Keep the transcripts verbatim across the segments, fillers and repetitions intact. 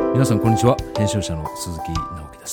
皆さんこんにちは。編集者の鈴木直樹です。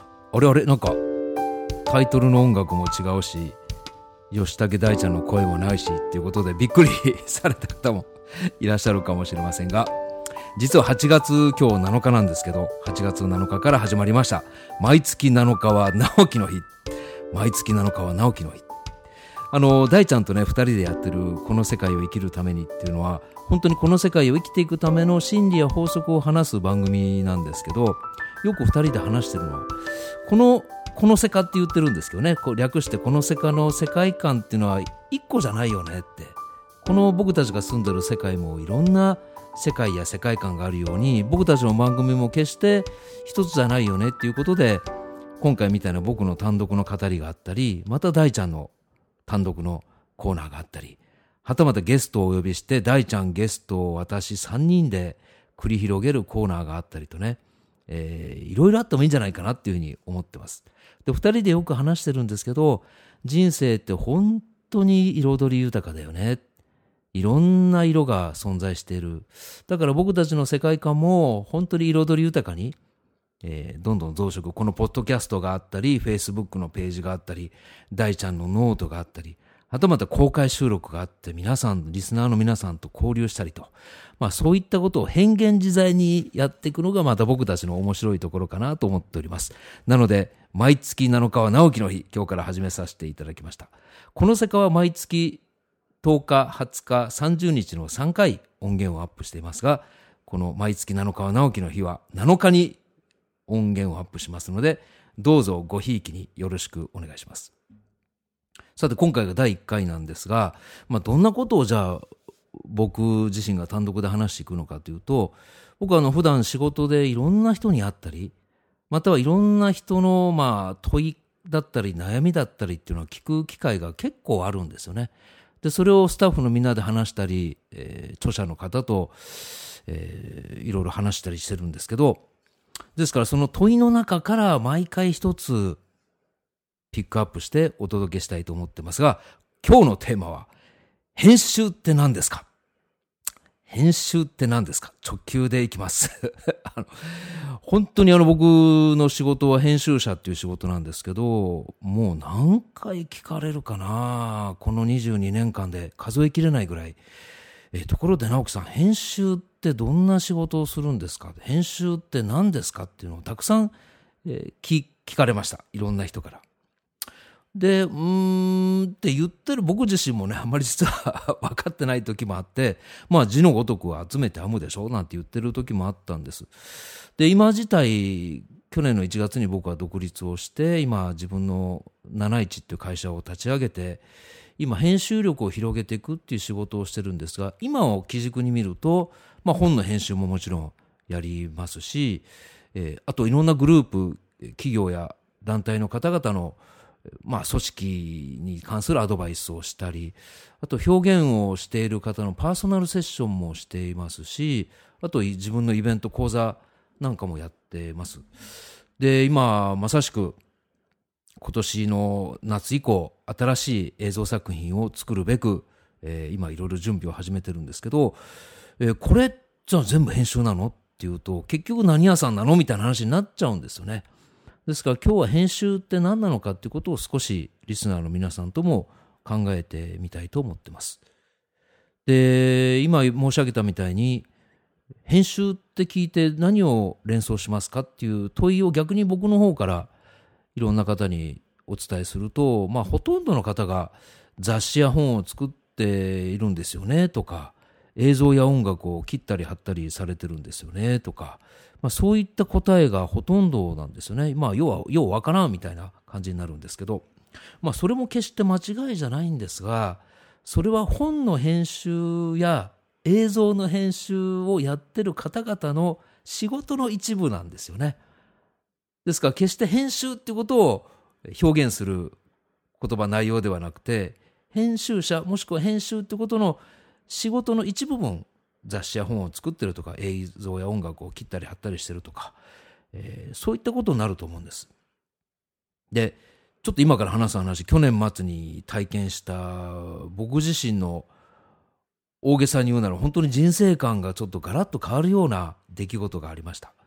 あれあれなんかタイトルの音楽も違うし、吉武大ちゃんの声もないしっていうことでびっくりされた方もいらっしゃるかもしれませんが、実ははちがつ今日なのかなんですけど、はちがつなのかから始まりました毎月なのかは直樹の日。毎月なのかは直樹の日。あの大ちゃんとねふたりでやってるこの世界を生きるためにっていうのは、本当にこの世界を生きていくための真理や法則を話す番組なんですけど、よくふたりで話してるのはこのこの世界って言ってるんですけどね、こう略してこの世界の世界観っていうのはいっこじゃないよねって。この僕たちが住んでる世界もいろんな世界や世界観があるように、僕たちの番組も決して一つじゃないよねっていうことで、今回みたいな僕の単独の語りがあったり、また大ちゃんの単独のコーナーがあったり、はたまたゲストをお呼びして大ちゃんゲストを私さんにんで繰り広げるコーナーがあったりとね、えー、いろいろあってもいいんじゃないかなっていうふうに思ってます。でふたりでよく話してるんですけど、人生って本当に彩り豊かだよね。いろんな色が存在している。だから僕たちの世界観も本当に彩り豊かに、えー、どんどん増殖。このポッドキャストがあったり、Facebook のページがあったり、大ちゃんのノートがあったり、はたまた公開収録があって、皆さん、リスナーの皆さんと交流したりと、まあそういったことを変幻自在にやっていくのがまた僕たちの面白いところかなと思っております。なので、毎月なのかは直樹の日、今日から始めさせていただきました。この世界は毎月とおか、はつか、さんじゅうにちのさんかい音源をアップしていますが、この毎月なのかは直樹の日はなのかに音源をアップしますので、どうぞごひいきによろしくお願いします。さて今回がだいいっかいなんですが、まあ、どんなことをじゃあ僕自身が単独で話していくのかというと、僕はあの普段仕事でいろんな人に会ったり、またはいろんな人のまあ問いだったり悩みだったりっていうのを聞く機会が結構あるんですよね。でそれをスタッフのみんなで話したり、えー、著者の方と、えー、いろいろ話したりしてるんですけど、ですからその問いの中から毎回一つピックアップしてお届けしたいと思ってますが、今日のテーマは編集って何ですか。編集って何ですか。直球でいきますあの本当にあの僕の仕事は編集者っていう仕事なんですけど、もう何回聞かれるかな、このにじゅうにねんかんで数えきれないぐらい。えところで直樹さん、編集ってどんな仕事をするんですか、編集って何ですかっていうのをたくさん、えー、聞, 聞かれました。いろんな人から。でうーんって言ってる僕自身もね、あんまり実は分かってない時もあって、まあ字のごとくは集めて編むでしょなんて言ってる時もあったんです。で今自体去年のいちがつに僕は独立をして、今自分のなないちっていう会社を立ち上げて、今編集力を広げていくっていう仕事をしてるんですが、今を基軸に見ると、まあ、本の編集ももちろんやりますし、えー、あといろんなグループ企業や団体の方々のまあ、組織に関するアドバイスをしたり、あと表現をしている方のパーソナルセッションもしていますし、あと自分のイベント講座なんかもやっています。で今まさしく今年の夏以降新しい映像作品を作るべく、えー、今いろいろ準備を始めてるんですけど、えー、これじゃあ全部編集なのっていうと、結局何屋さんなのみたいな話になっちゃうんですよね。ですから今日は編集って何なのかっていうことを少しリスナーの皆さんとも考えてみたいと思ってます。で今申し上げたみたいに、編集って聞いて何を連想しますかっていう問いを逆に僕の方からいろんな方にお伝えすると、まあほとんどの方が雑誌や本を作っているんですよねとか、映像や音楽を切ったり貼ったりされてるんですよねとか、まあ、そういった答えがほとんどなんですよね。まあ要はようわからんみたいな感じになるんですけど、まあそれも決して間違いじゃないんですが、それは本の編集や映像の編集をやってる方々の仕事の一部なんですよね。ですから決して編集っていうことを表現する言葉内容ではなくて、編集者もしくは編集ってことの仕事の一部分、雑誌や本を作ってるとか映像や音楽を切ったり貼ったりしてるとか、えー、そういったことになると思うんです。でちょっと今から話す話、去年末に体験した僕自身の大げさに言うなら本当に人生観がちょっとガラッと変わるような出来事がありました。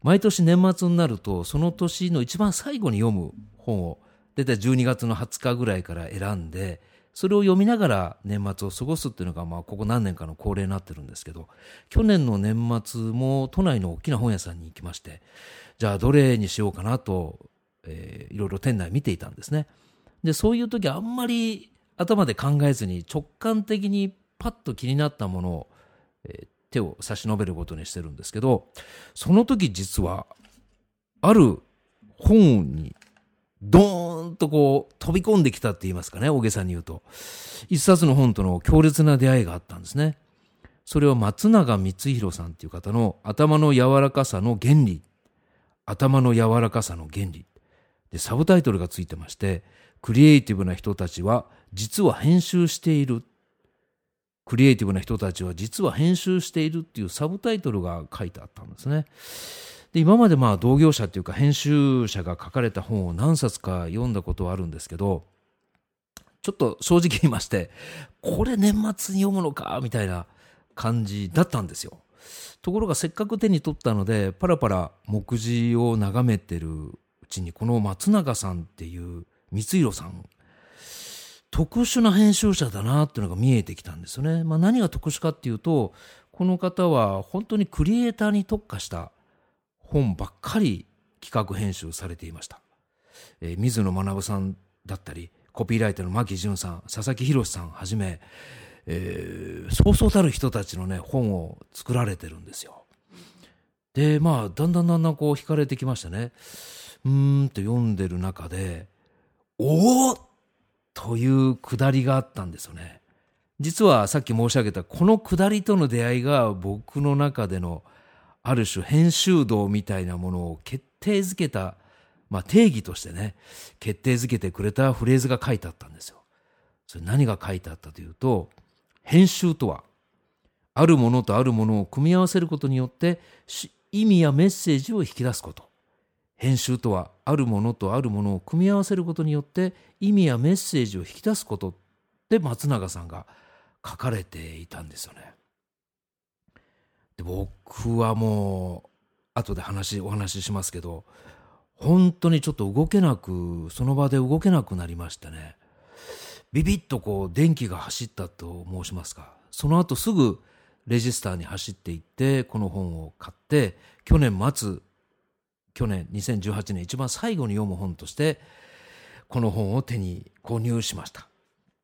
毎年年末になるとその年の一番最後に読む本を大体じゅうにがつのはつかぐらいから選んで、それを読みながら年末を過ごすっていうのが、まあここ何年かの恒例になってるんですけど、去年の年末も都内の大きな本屋さんに行きまして、じゃあどれにしようかなと、えー、いろいろ店内見ていたんですね。でそういう時あんまり頭で考えずに直感的にパッと気になったものを、えー、手を差し伸べることにしてるんですけど、その時実はある本にドーンとこう飛び込んできたって言いますかね、大げさに言うと一冊の本との強烈な出会いがあったんですね。それは松永光弘さんっていう方の頭の柔らかさの原理、頭の柔らかさの原理でサブタイトルがついてまして、クリエイティブな人たちは実は編集している、クリエイティブな人たちは実は編集しているっていうサブタイトルが書いてあったんですね。で今までまあ同業者っていうか編集者が書かれた本を何冊か読んだことはあるんですけど、ちょっと正直言いまして、これ年末に読むのかみたいな感じだったんですよ。ところがせっかく手に取ったのでパラパラ目次を眺めてるうちに、この松永さんっていう光弘さん、特殊な編集者だなっていうのが見えてきたんですよね。まあ、何が特殊かっていうと、この方は本当にクリエイターに特化した本ばっかり企画編集されていました。えー、水野学さんだったり、コピーライターの牧潤さん、佐々木宏さんはじめ、えー、そうそうたる人たちのね本を作られてるんですよ。でまあだんだんだんだんこう惹かれてきましたね。うーんと読んでる中で、おおというくだりがあったんですよね。実はさっき申し上げたこのくだりとの出会いが僕の中でのある種編集道みたいなものを決定づけた、まあ、定義としてね決定づけてくれたフレーズが書いてあったんですよ。それ何が書いてあったというと、編集とはあるものとあるものを組み合わせることによって意味やメッセージを引き出すこと。編集とはあるものとあるものを組み合わせることによって意味やメッセージを引き出すことって松永さんが書かれていたんですよね。で僕はもう後で話お話ししますけど、本当にちょっと動けなくその場で動けなくなりましてね、ビビッとこう電気が走ったと申しますか、その後すぐレジスターに走っていってこの本を買って、去年末去年にせんじゅうはちねん一番最後に読む本としてこの本を手に購入しました。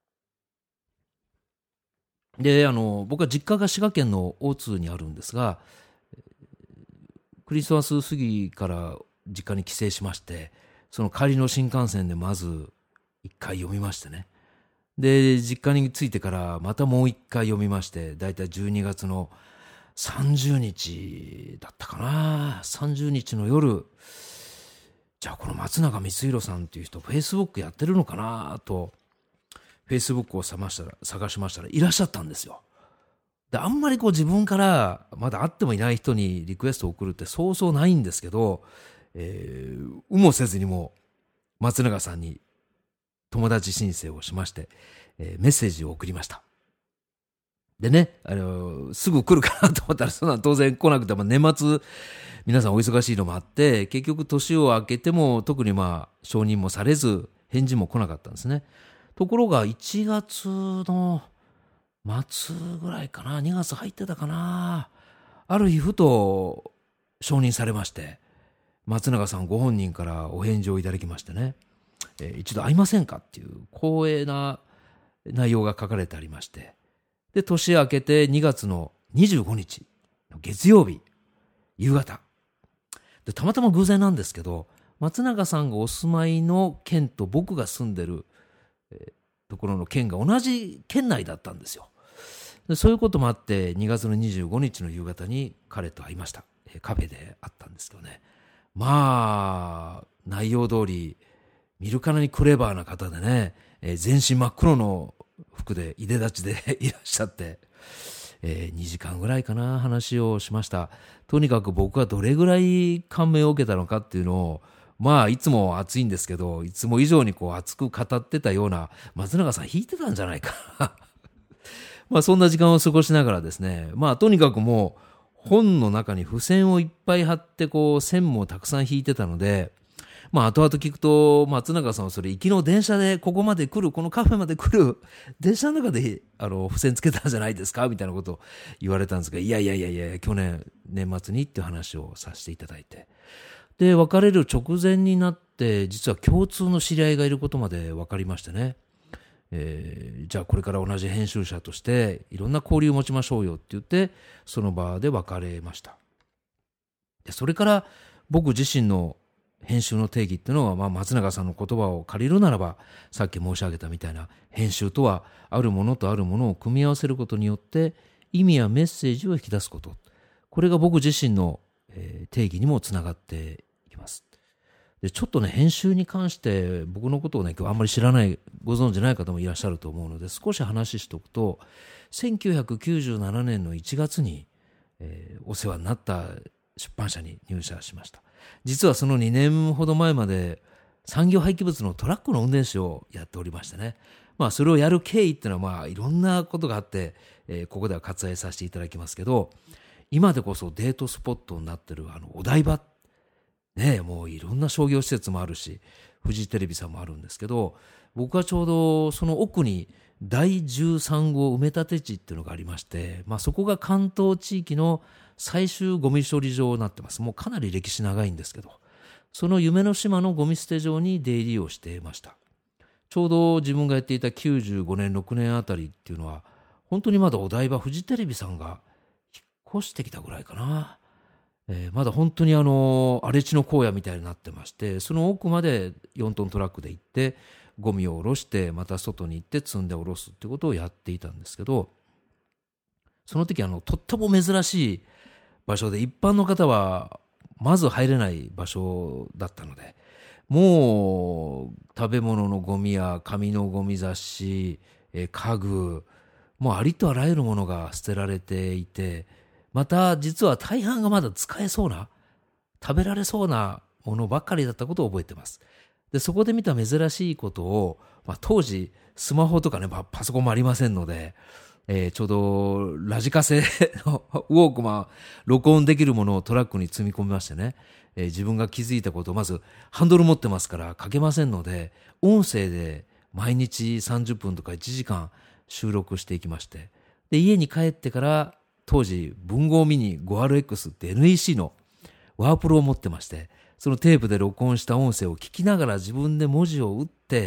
であの僕は実家が滋賀県の大津にあるんですが、クリスマス過ぎから実家に帰省しまして、その帰りの新幹線でまず一回読みましてね、で実家に着いてからまたもう一回読みまして、だいたいじゅうにがつのさんじゅうにちだったかな、さんじゅうにちの夜、じゃあこの松永光弘さんっていう人フェイスブックやってるのかなとフェイスブックを探したら探しましたらいらっしゃったんですよ。であんまりこう自分からまだ会ってもいない人にリクエストを送るってそうそうないんですけど、えー、うもせずにも松永さんに友達申請をしまして、えー、メッセージを送りました。でね、あのー、すぐ来るかなと思ったらそんな当然来なくて、まあ、年末皆さんお忙しいのもあって結局年を明けても特にまあ承認もされず返事も来なかったんですね。ところがいちがつの末ぐらいかな、にがつ入ってたかな、ある日ふと承認されまして、松永さんご本人からお返事をいただきましてね、えー、一度会いませんかっていう光栄な内容が書かれてありまして、で年明けてにがつのにじゅうごにち月曜日夕方で、たまたま偶然なんですけど松永さんがお住まいの県と僕が住んでる、えー、ところの県が同じ県内だったんですよ。でそういうこともあってにがつのにじゅうごにちの夕方に彼と会いました。えー、カフェで会ったんですけどね、まあ内容通り見るからにクレバーな方でね、えー、全身真っ黒の服でいで立ちでいらっしゃって、えー、にじかんぐらいかな話をしました。とにかく僕はどれぐらい感銘を受けたのかっていうのを、まあいつも熱いんですけどいつも以上にこう熱く語ってたような、松永さん弾いてたんじゃないかなまあそんな時間を過ごしながらですね、まあとにかくもう本の中に付箋をいっぱい貼ってこう線もたくさん引いてたので、まあ後々聞くと松永さんはそれ行きの電車でここまで来る、このカフェまで来る電車の中であの付箋つけたんじゃないですかみたいなことを言われたんですが、いやいやいやいや去年年末にっていう話をさせていただいて、で別れる直前になって実は共通の知り合いがいることまで分かりましてね、えー、じゃあこれから同じ編集者としていろんな交流を持ちましょうよって言ってその場で別れました。でそれから僕自身の編集の定義っていうのは、まあ、松永さんの言葉を借りるならばさっき申し上げたみたいな、編集とはあるものとあるものを組み合わせることによって意味やメッセージを引き出すこと、これが僕自身の、えー、定義にもつながっています。でちょっとね編集に関して僕のことをね今日あんまり知らないご存じない方もいらっしゃると思うので少し話しておくと、せんきゅうひゃくきゅうじゅうななねんのいちがつに、えー、お世話になった出版社に入社しました。実はそのにねんほど前まで産業廃棄物のトラックの運転手をやっておりましてね、まあそれをやる経緯っていうのはまあいろんなことがあって、えー、ここでは割愛させていただきますけど、今でこそデートスポットになってるあのお台場ねえ、もういろんな商業施設もあるしフジテレビさんもあるんですけど、僕はちょうどその奥にだいじゅうさん号埋め立て地っていうのがありまして、まあ、そこが関東地域の最終ゴミ処理場になってます。もうかなり歴史長いんですけど、その夢の島のゴミ捨て場に出入りをしていました。ちょうど自分がやっていたきゅうじゅうごねんろくねんあたりっていうのは本当にまだお台場フジテレビさんが引っ越してきたぐらいかな。えー、まだ本当にあの荒れ地の荒野みたいになってまして、その奥までよんトントラックで行ってゴミを下ろしてまた外に行って積んで下ろすってことをやっていたんですけど、その時あのとっても珍しい場所で一般の方はまず入れない場所だったので、もう食べ物のゴミや紙のゴミ雑誌、えー、家具、もうありとあらゆるものが捨てられていて、また実は大半がまだ使えそうな食べられそうなものばっかりだったことを覚えてます。でそこで見た珍しいことを、まあ、当時スマホとかね、まあ、パソコンもありませんので、えー、ちょうどラジカセのウォークマン録音できるものをトラックに積み込みましてね、えー、自分が気づいたことをまずハンドル持ってますから書けませんので、音声で毎日さんじゅっぷんとかいちじかん収録していきまして、で家に帰ってから当時文豪ミニ ファイブアールエックス って エヌイーシー のワープロを持ってまして、そのテープで録音した音声を聞きながら自分で文字を打って、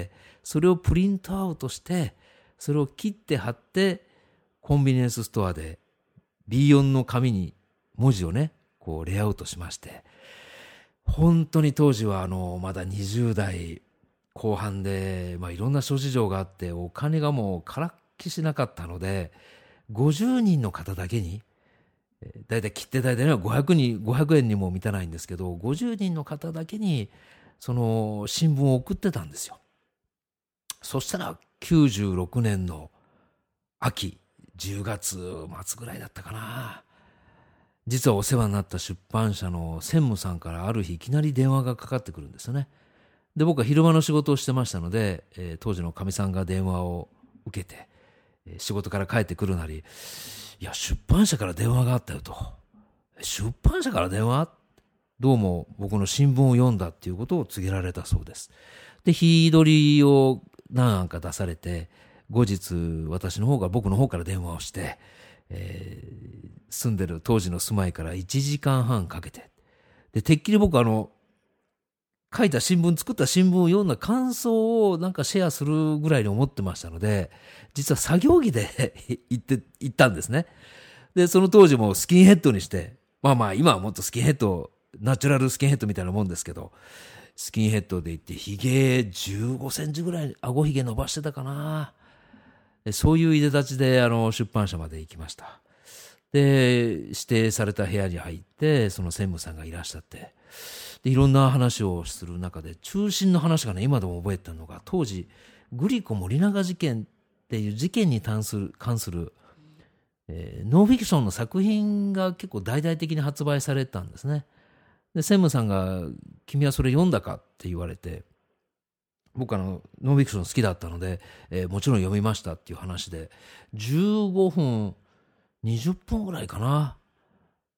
それをプリントアウトして、それを切って貼ってコンビニエンスストアで ビーよん の紙に文字をねこうレイアウトしまして、本当に当時はあのまだにじゅう代後半で、まあ、いろんな諸事情があってお金がもうからっきしなかったので、ごじゅうにんの方だけに、だいたい切手代でねごひゃくにんごひゃくえんにも満たないんですけど、ごじゅうにんの方だけにその新聞を送ってたんですよ。そしたらきゅうじゅうろくねんの秋じゅうがつ末ぐらいだったかな、実はお世話になった出版社の専務さんからある日いきなり電話がかかってくるんですよね。で僕は昼間の仕事をしてましたので、えー、当時のかみさんが電話を受けて、仕事から帰ってくるなり、いや出版社から電話があったよと。出版社から電話？どうも僕の新聞を読んだっていうことを告げられたそうです。で日取りを何案か出されて、後日私の方が僕の方から電話をして、えー、住んでる当時の住まいからいちじかんはんかけて、でてっきり僕あの書いた新聞、作った新聞を読んだ感想をなんかシェアするぐらいに思ってましたので、実は作業着で行って行ったんですね。でその当時もスキンヘッドにして、まあまあ今はもっとスキンヘッド、ナチュラルスキンヘッドみたいなもんですけど、スキンヘッドで行ってひげじゅうごセンチぐらい顎ひげ伸ばしてたかな。でそういういでたちであの出版社まで行きました。で指定された部屋に入って、その専務さんがいらっしゃって、でいろんな話をする中で中心の話がね今でも覚えてるのが、当時グリコ森永事件っていう事件に関する、関する、えー、ノンフィクションの作品が結構大々的に発売されたんですね。で専務さんが君はそれ読んだかって言われて、僕あのノンフィクション好きだったので、えー、もちろん読みましたっていう話でじゅうごふんにじゅっぷんぐらいかな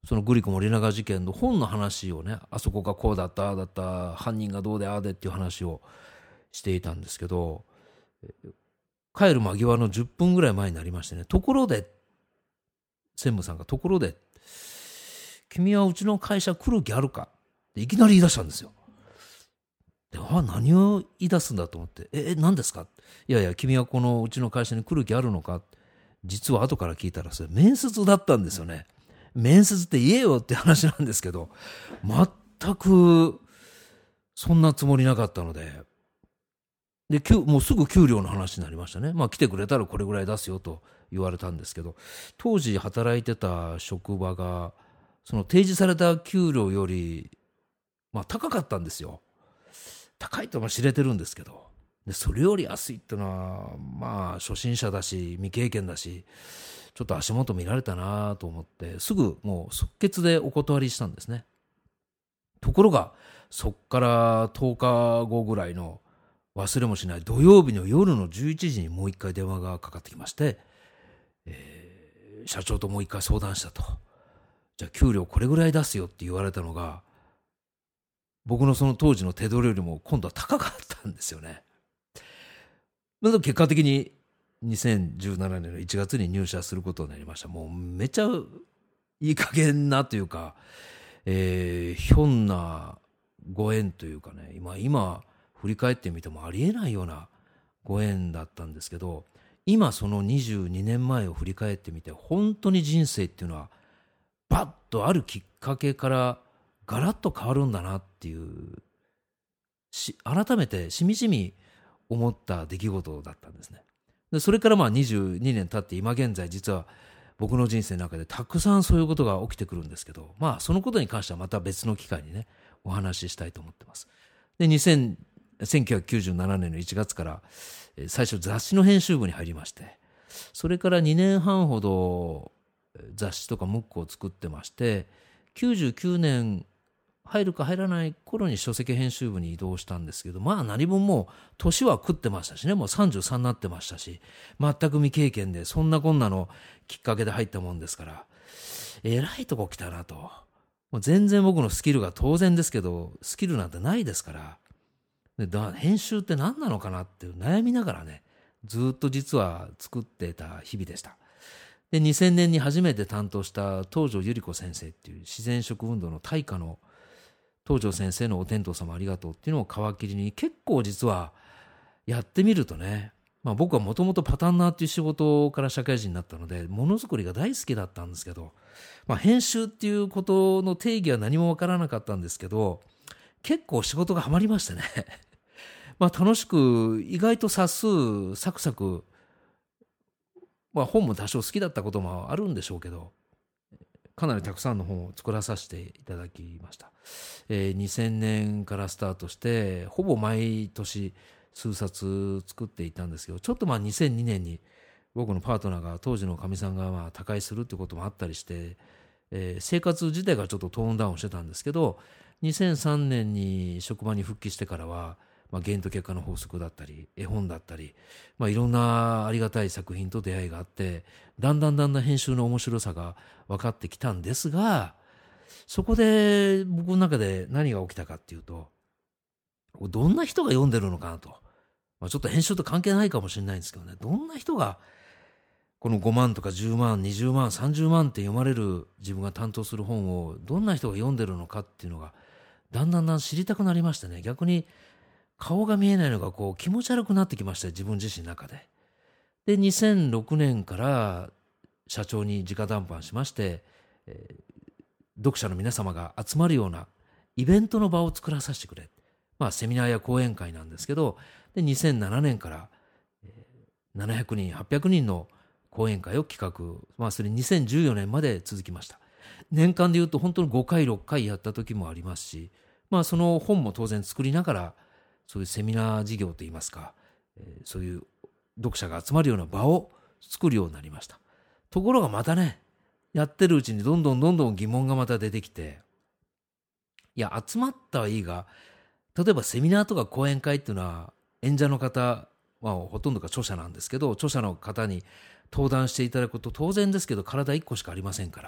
そのグリコ森永事件の本の話をね、あそこがこうだったああだった犯人がどうでああでっていう話をしていたんですけど、帰る間際のじゅっぷんぐらい前になりましてね、ところで専務さんがところで君はうちの会社来る気あるかっていきなり言い出したんですよ。で、あ、何を言い出すんだと思って、え、何ですか？いやいや、君はこのうちの会社に来る気あるのか？実は後から聞いたらそれ面接だったんですよね。面接って言えよって話なんですけど、全くそんなつもりなかったので、で、もうすぐ給料の話になりましたね。まあ来てくれたらこれぐらい出すよと言われたんですけど、当時働いてた職場がその提示された給料よりまあ高かったんですよ。高いとも知れてるんですけど、でそれより安いってのはまあ初心者だし未経験だし、ちょっと足元見られたなと思ってすぐもう即決でお断りしたんですね。ところがそっからとおかごぐらいの忘れもしない土曜日の夜のじゅういちじにもう一回電話がかかってきまして、えー、社長ともう一回相談したと。じゃあ給料これぐらい出すよって言われたのが、僕のその当時の手取りよりも今度は高かったんですよね。結果的ににせんじゅうななねんのいちがつに入社することになりました。もうめちゃいい加減なというか、えー、ひょんなご縁というかね、今今振り返ってみてもありえないようなご縁だったんですけど、今そのにじゅうにねんまえを振り返ってみて、本当に人生っていうのはバッとあるきっかけからガラッと変わるんだなっていうし、改めてしみじみ思った出来事だったんですね。でそれからまあにじゅうにねん経って今現在、実は僕の人生の中でたくさんそういうことが起きてくるんですけど、まあそのことに関してはまた別の機会にねお話ししたいと思ってます。でせんきゅうひゃくきゅうじゅうななねんのいちがつから最初雑誌の編集部に入りまして、それからにねんはんほど雑誌とかムックを作ってまして、きゅうじゅうきゅうねん入るか入らない頃に書籍編集部に移動したんですけど、まあ何分もう年は食ってましたしね、もうさんじゅうさんになってましたし、全く未経験でそんなこんなのきっかけで入ったもんですから、えらいとこ来たなと。もう全然僕のスキルが当然ですけど、スキルなんてないですから、でだ編集って何なのかなって悩みながらね、ずっと実は作ってた日々でした。でにせんねんに初めて担当した東條百合子先生っていう自然食運動の大家の東條先生のお天道様ありがとうっていうのを皮切りに、結構実はやってみるとね、まあ、僕はもともとパタンナーっていう仕事から社会人になったのでものづくりが大好きだったんですけど、まあ、編集っていうことの定義は何もわからなかったんですけど、結構仕事がハマりましてねまあ楽しく、意外と冊数サクサク、まあ本も多少好きだったこともあるんでしょうけど、かなりたくさんの本を作らさせていただきました。えー、にせんねんからスタートしてほぼ毎年数冊作っていたんですけど、ちょっとまあにせんにねんに僕のパートナーが当時のかみさんがまあ他界するってこともあったりして、えー、生活自体がちょっとトーンダウンしてたんですけど、にせんさんねんに職場に復帰してからは、まあ、原と結果の法則だったり絵本だったり、まあ、いろんなありがたい作品と出会いがあって、だんだんだんだん編集の面白さが分かってきたんですが、そこで僕の中で何が起きたかっていうと、どんな人が読んでるのかなと、まあ、ちょっと編集と関係ないかもしれないんですけどね、どんな人がこのごまんとかじゅうまんにじゅうまんさんじゅうまんって読まれる自分が担当する本をどんな人が読んでるのかっていうのがだんだんだん知りたくなりましてね、逆に顔が見えないのがこう気持ち悪くなってきました、自分自身の中で。でにせんろくねんから社長に直談判しまして、えー、読者の皆様が集まるようなイベントの場を作らさせてくれ、まあセミナーや講演会なんですけど、でにせんななねんから、えー、ななひゃくにんはっぴゃくにんの講演会を企画、まあそれにせんじゅうよねんまで続きました。年間でいうと本当にごかいろっかいやった時もありますし、まあその本も当然作りながら、そういうセミナー事業といいますか、えー、そういう読者が集まるような場を作るようになりました。ところがまたね、やってるうちにどんどんどんどん疑問がまた出てきて、いや集まったはいいが、例えばセミナーとか講演会っていうのは演者の方、まあ、ほとんどが著者なんですけど、著者の方に登壇していただくこと当然ですけど、体いっこしかありませんから、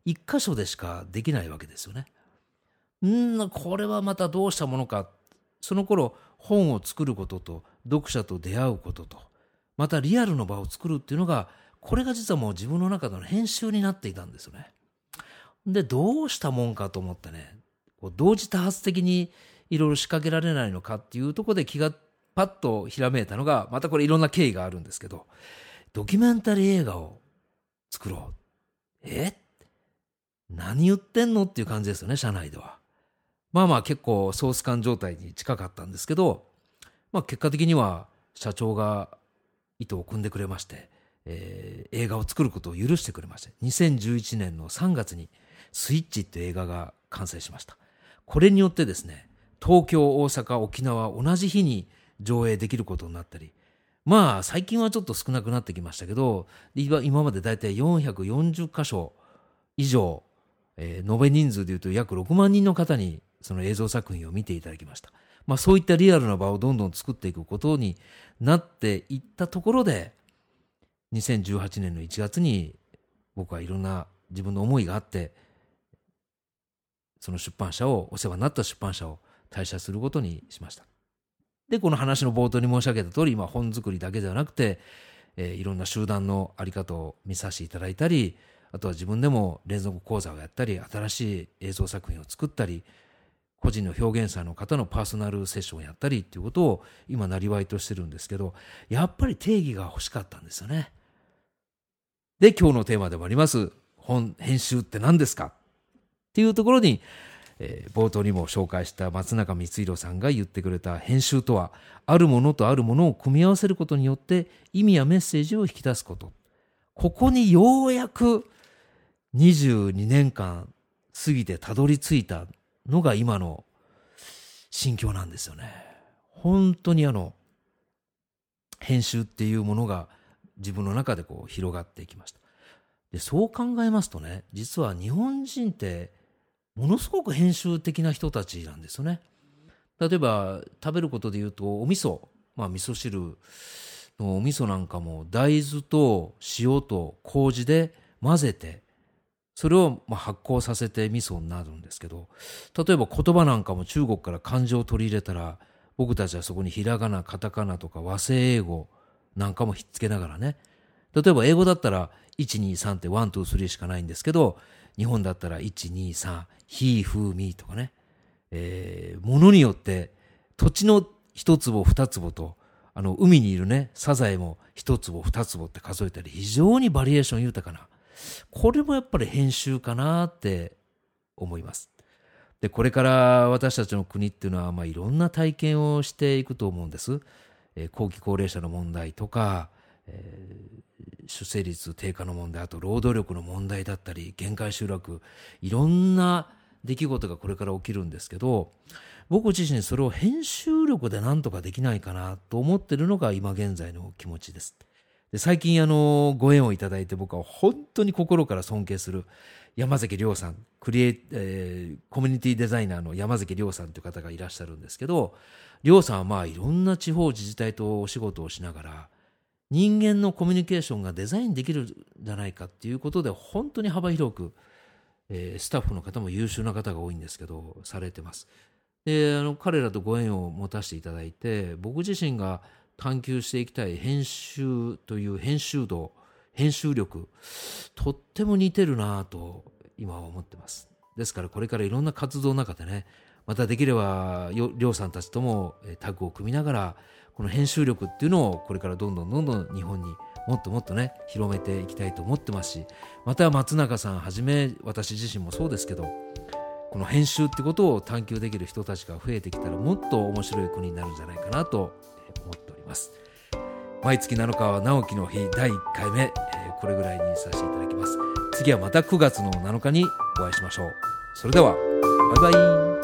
一箇所でしかできないわけですよね。んこれはまたどうしたものか。その頃本を作ることと読者と出会うこととまたリアルの場を作るっていうのがこれが実はもう自分の中での編集になっていたんですよね。でどうしたもんかと思ってねこう同時多発的にいろいろ仕掛けられないのかっていうところで気がパッとひらめいたのがまたこれいろんな経緯があるんですけどドキュメンタリー映画を作ろう。え何言ってんのっていう感じですよね社内では。まあまあ結構ソース感状態に近かったんですけど、まあ、結果的には社長が意図を組んでくれまして、えー、映画を作ることを許してくれましてにせんじゅういちねんのさんがつにスイッチっていう映画が完成しました。これによってですね東京大阪沖縄同じ日に上映できることになったりまあ最近はちょっと少なくなってきましたけど今までだいたいよんひゃくよんじゅっかしょ以上、えー、延べ人数でいうと約ろくまんにんの方にその映像作品を見ていただきました。まあそういったリアルな場をどんどん作っていくことになっていったところでにせんじゅうはちねんのいちがつに僕はいろんな自分の思いがあってその出版社をお世話になった出版社を退社することにしました。でこの話の冒頭に申し上げた通り今本作りだけではなくて、えー、いろんな集団の在り方を見させていただいたりあとは自分でも連続講座をやったり新しい映像作品を作ったり個人の表現者の方のパーソナルセッションをやったりっていうことを今なりわいとしてるんですけどやっぱり定義が欲しかったんですよね。で今日のテーマでもあります本編集って何ですかっていうところに、えー、冒頭にも紹介した松中光弘さんが言ってくれた編集とはあるものとあるものを組み合わせることによって意味やメッセージを引き出すこと。ここにようやくにじゅうにねんかん過ぎてたどり着いたのが今の心境なんですよね。本当にあの編集っていうものが自分の中でこう広がっていきました。でそう考えますとね実は日本人ってものすごく編集的な人たちなんですよね。例えば食べることでいうとお味噌、まあ味噌汁のお味噌なんかも大豆と塩と麹で混ぜてそれをまあ発酵させて味噌になるんですけど例えば言葉なんかも中国から漢字を取り入れたら僕たちはそこにひらがなカタカナとか和製英語なんかもひっつけながらね例えば英語だったらいちにさんっていちにさんしかないんですけど日本だったらいちにさん He, Who, Me とかね、えー、ものによって土地の一坪二坪とあの海にいるねサザエも一坪二坪って数えたり非常にバリエーション豊かなこれもやっぱり編集かなって思います。でこれから私たちの国っていうのは、まあ、いろんな体験をしていくと思うんです。えー、後期高齢者の問題とか、えー、出生率低下の問題あと労働力の問題だったり限界集落いろんな出来事がこれから起きるんですけど僕自身それを編集力で何とかできないかなと思ってるのが今現在の気持ちです。で最近あのご縁をいただいて僕は本当に心から尊敬する山崎亮さんクリエイ、えー、コミュニティデザイナーの山崎亮さんという方がいらっしゃるんですけど亮さんはまあいろんな地方自治体とお仕事をしながら人間のコミュニケーションがデザインできるんじゃないかっていうことで本当に幅広く、えー、スタッフの方も優秀な方が多いんですけどされてます。であの彼らとご縁を持たせていただいて僕自身が探求していきたい編集という編集度編集力とっても似てるなと今は思ってます。ですからこれからいろんな活動の中でねまたできれば亮さんたちともタッグを組みながらこの編集力っていうのをこれからどんどんどんどん日本にもっともっとね広めていきたいと思ってますしまた松中さんはじめ私自身もそうですけどこの編集ってことを探求できる人たちが増えてきたらもっと面白い国になるんじゃないかなと思っております。毎月なのかは直樹の日だいいっかいめ、えー、これぐらいにさせていただきます。次はまたくがつのなのかにお会いしましょう。それではバイバイ。